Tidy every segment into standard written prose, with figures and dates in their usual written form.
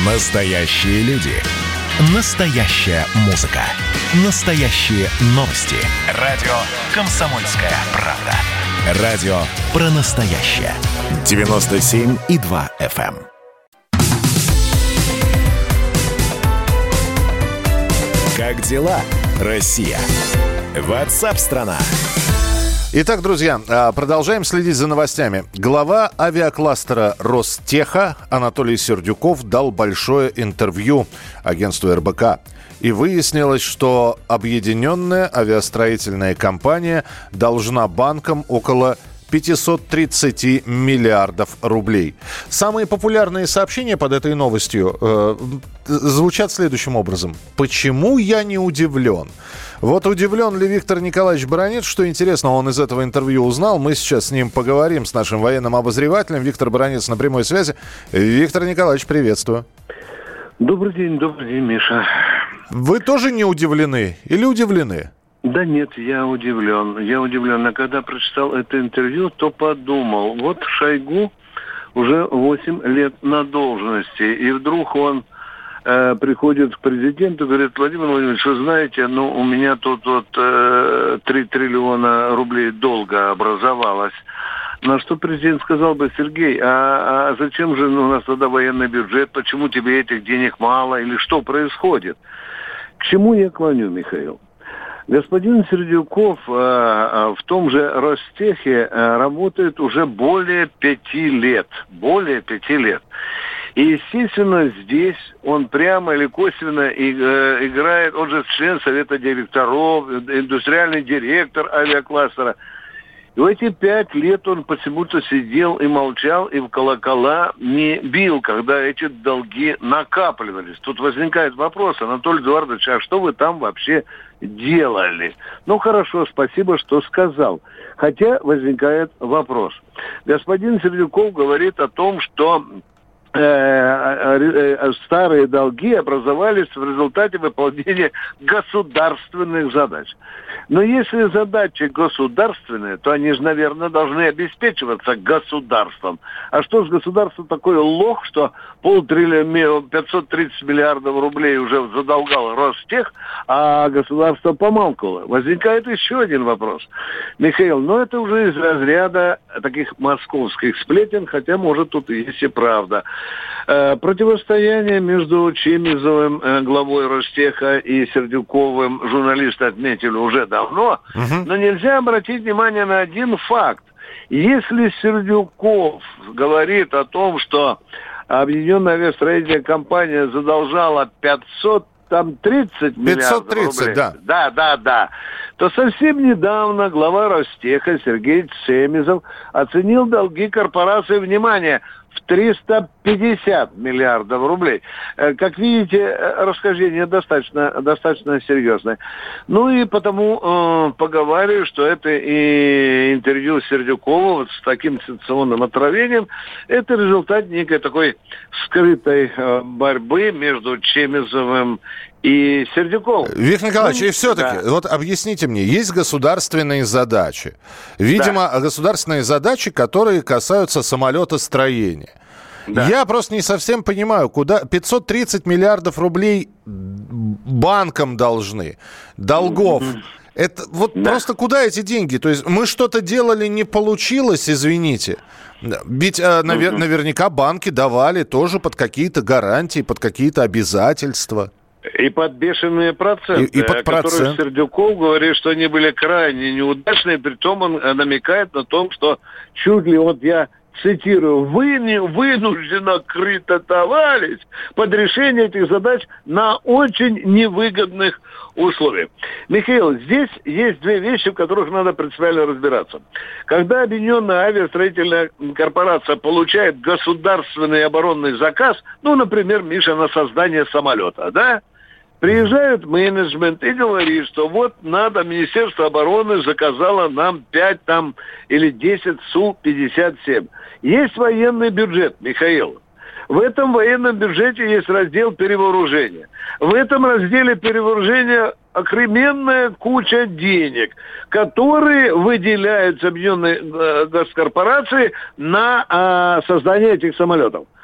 Настоящие люди. Настоящая музыка. Настоящие новости. Радио «Комсомольская правда». Радио про настоящее. 97,2 FM. Как дела, Россия? WhatsApp-страна. Итак, друзья, продолжаем следить за новостями. Глава авиакластера Ростеха Анатолий Сердюков дал большое интервью агентству РБК. И выяснилось, что объединенная авиастроительная компания должна банкам около 530 миллиардов рублей. Самые популярные сообщения под этой новостью звучат следующим образом. Почему я не удивлен? Вот удивлен ли Виктор Николаевич Баранец? Что интересно, он из этого интервью узнал. Мы сейчас с ним поговорим, с нашим военным обозревателем. Виктор Баранец на прямой связи. Виктор Николаевич, приветствую. Добрый день, Миша. Вы тоже не удивлены или удивлены? Да нет, я удивлен. А когда прочитал это интервью, то подумал, вот Шойгу уже 8 лет на должности, и вдруг он приходит к президенту и говорит: Владимир Владимирович, вы знаете, у меня тут 3 триллиона рублей долга образовалось. На что президент сказал бы: Сергей, а зачем же у нас тогда военный бюджет, почему тебе этих денег мало, или что происходит? К чему я клоню, Михаил? Господин Сердюков в том же Ростехе работает уже более 5 лет. И, естественно, здесь он прямо или косвенно играет, он же член совета директоров, индустриальный директор авиакластера. И в эти 5 лет он почему-то сидел и молчал, и в колокола не бил, когда эти долги накапливались. Тут возникает вопрос: Анатолий Эдуардович, а что вы там вообще делали? Хорошо, спасибо, что сказал. Хотя возникает вопрос. Господин Сердюков говорит о том, что старые долги образовались в результате выполнения государственных задач. Но если задачи государственные, то они же, наверное, должны обеспечиваться государством. А что с государством такой лох, что 530 миллиардов рублей уже задолгал Ростех, а государство помалкивало? Возникает еще один вопрос. Михаил, это уже из разряда таких московских сплетен, хотя, может, тут и есть и правда. Противостояние между Чемизовым, главой Ростеха, и Сердюковым журналисты отметили уже давно, но нельзя обратить внимание на один факт. Если Сердюков говорит о том, что объединенная авиастроительная компания задолжала 530 миллиардов 530, рублей. Да, то совсем недавно глава Ростеха Сергей Чемизов оценил долги корпорации, внимание, в 350 миллиардов рублей. Как видите, расхождение достаточно серьезное. И потому поговариваю, что это и интервью Сердюкова с таким сенсационным отравлением, это результат некой такой скрытой борьбы между Чемизовым и Сердюковым. Виктор Николаевич, и все-таки, объясните мне, есть государственные задачи. Видимо, государственные задачи, которые касаются самолетостроения. Да. Я просто не совсем понимаю, куда 530 миллиардов рублей банкам должны, долгов. Это просто куда эти деньги? То есть мы что-то делали, не получилось, извините. Ведь наверняка банки давали тоже под какие-то гарантии, под какие-то обязательства. И под бешеные проценты, о которых Сердюков говорит, что они были крайне неудачные, притом он намекает на том, что чуть ли, я цитирую, вынужденно кредитовались под решение этих задач на очень невыгодных условиях. Михаил, здесь есть 2 вещи, в которых надо принципиально разбираться. Когда объединенная авиастроительная корпорация получает государственный оборонный заказ, например, Миша, на создание самолета, да? Приезжает менеджмент и говорит, что надо, Министерство обороны заказало нам 5 или 10 Су-57. Есть военный бюджет, Михаил. В этом военном бюджете есть раздел перевооружения. В этом разделе перевооружения огроменная куча денег, которые выделяются объединенной госкорпорации на создание этих самолетов.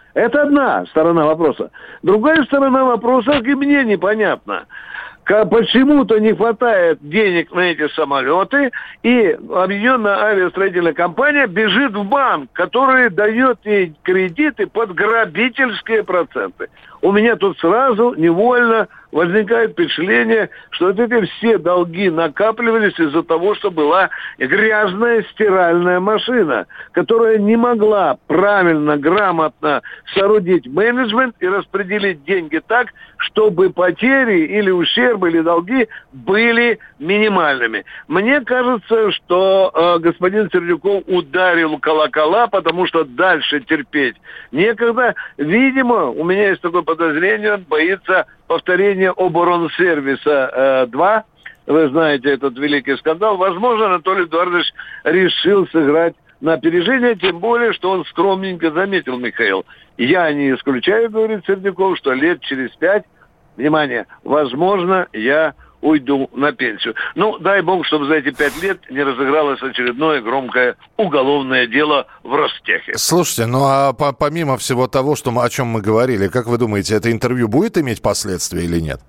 Это одна сторона вопроса. Другая сторона вопроса и мне непонятна. Почему-то не хватает денег на эти самолеты, и Объединенная авиастроительная компания бежит в банк, который дает ей кредиты под грабительские проценты. У меня тут сразу невольно возникает впечатление, что вот эти все долги накапливались из-за того, что была грязная стиральная машина, которая не могла правильно, грамотно соорудить менеджмент и распределить деньги так, чтобы потери или ущербы, или долги были минимальными. Мне кажется, что господин Сердюков ударил колокола, потому что дальше терпеть некогда. Видимо, у меня есть такое подозрение, он боится повторения оборонсервиса-2. Вы знаете этот великий скандал. Возможно, Анатолий Эдуардович решил сыграть на опережение, тем более, что он скромненько заметил, Михаил. Я не исключаю, говорит Сердюков, что лет через 5, внимание, возможно, я уйду на пенсию. Ну, дай бог, чтобы за эти 5 лет не разыгралось очередное громкое уголовное дело в Ростехе. Слушайте, ну а помимо всего того, о чем мы говорили, как вы думаете, это интервью будет иметь последствия или нет?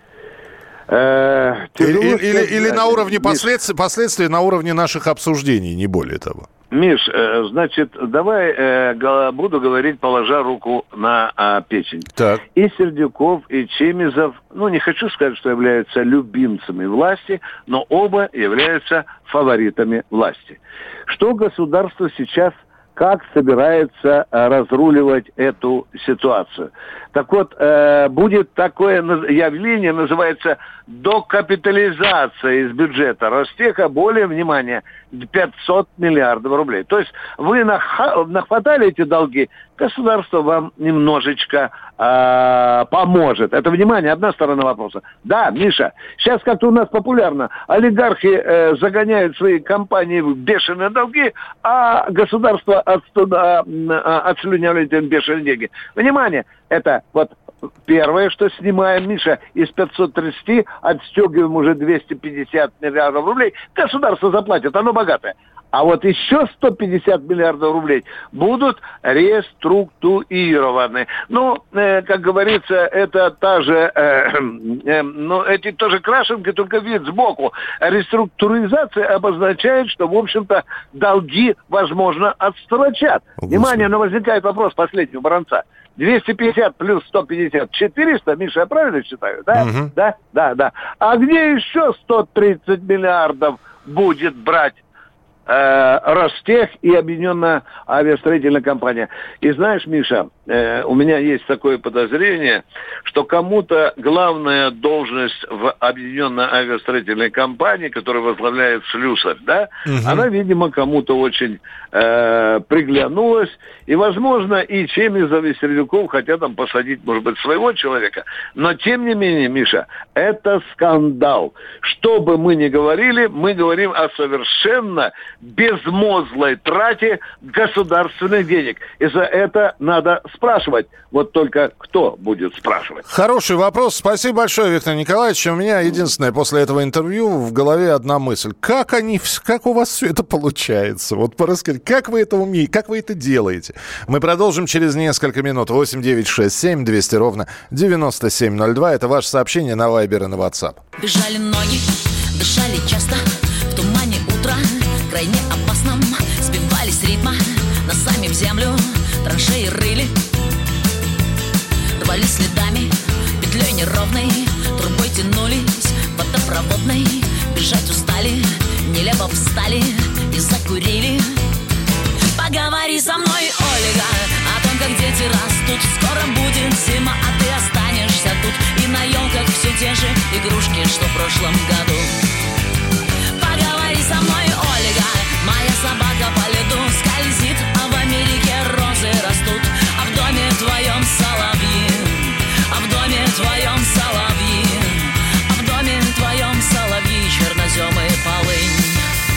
Или на уровне последствий на уровне наших обсуждений, не более того? Миш, значит, давай буду говорить, положа руку на печень. Так. И Сердюков, и Чемизов, не хочу сказать, что являются любимцами власти, но оба являются фаворитами власти. Что государство сейчас как собирается разруливать эту ситуацию? Так вот, будет такое явление, называется докапитализация из бюджета Ростеха, более, внимание, 500 миллиардов рублей. То есть вы нахватали эти долги, государство вам немножечко поможет. Это, внимание, одна сторона вопроса. Да, Миша, сейчас как-то у нас популярно. Олигархи загоняют свои компании в бешеные долги, а государство отслюнявляет им бешеные деньги. Внимание, это вот первое, что снимаем, Миша, из 530 отстегиваем уже 250 миллиардов рублей. Государство заплатит, оно богатое. А вот еще 150 миллиардов рублей будут реструктурированы. Как говорится, это та же, эти тоже крашенки, только вид сбоку. Реструктуризация обозначает, что, в общем-то, долги, возможно, отсрочат. Внимание, но возникает вопрос последнего баронца. 250 плюс 150, 400, Миша, я правильно считаю, да? Угу. Да. А где еще 130 миллиардов будет брать Ростех и Объединенная авиастроительная компания? И знаешь, Миша, у меня есть такое подозрение, что кому-то главная должность в Объединенной авиастроительной компании, которую возглавляет Слюсарь, да, она, видимо, кому-то очень приглянулась. И, возможно, и Чемизов, и Сердюков хотят там посадить, может быть, своего человека. Но, тем не менее, Миша, это скандал. Что бы мы ни говорили, мы говорим о совершенно безмозглой трате государственных денег. И за это надо спрашивать. Вот только кто будет спрашивать? Хороший вопрос. Спасибо большое, Виктор Николаевич. У меня единственное после этого интервью в голове одна мысль. Как у вас все это получается? Вот расскажите, как вы это умеете, как вы это делаете? Мы продолжим через несколько минут. 8-9-6-7 200 ровно 9702. Это ваше сообщение на Viber и на WhatsApp. Бежали ноги, дышали часто, в тумане утра, крайне опасном, сбивались с ритма, носами в землю, траншеи рыли, рвались следами, петлей неровной, трубой тянулись, водопроводной, бежать устали, нелепо встали и закурили. Поговори со мной, Ольга, о том, как дети растут. Скоро будет зима, а ты останешься тут. И на елках все те же игрушки, что в прошлом году. Поговори со мной, Ольга, моя собака по льду скользит, а в Америке розы растут. А в доме твоем соловьи, а в доме твоем соловьи, а в доме твоем соловьи, чернозем и полынь.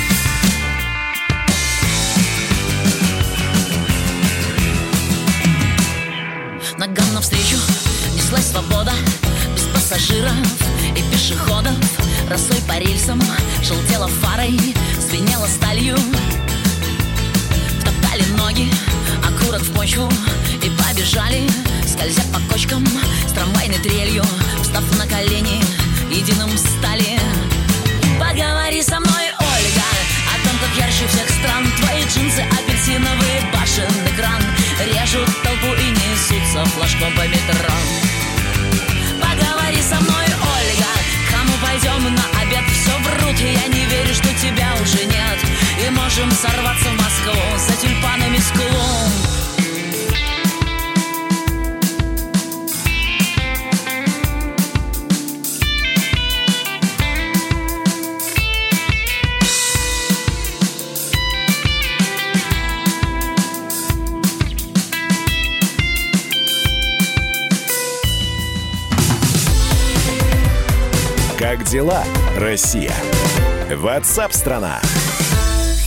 Ногам навстречу неслась свобода, без пассажиров и пешеходов. Росой по рельсам, желтела фарой, звенела сталью. Втоптали ноги, затылок в почву и побежали, скользя по кочкам с трамвайной трелью, встав на колени, единым стали. Поговори со мной, Ольга, о том, как ярче всех стран твои джинсы апельсиновые, башенный кран режут толпу и несутся флажком по метро. Поговори со мной, Ольга, кому пойдем на обед? Все врут, и я не верю, что тебя уже нет. И можем сорваться в Москву за тюльпанами с клумб. Как дела, Россия? WhatsApp-страна!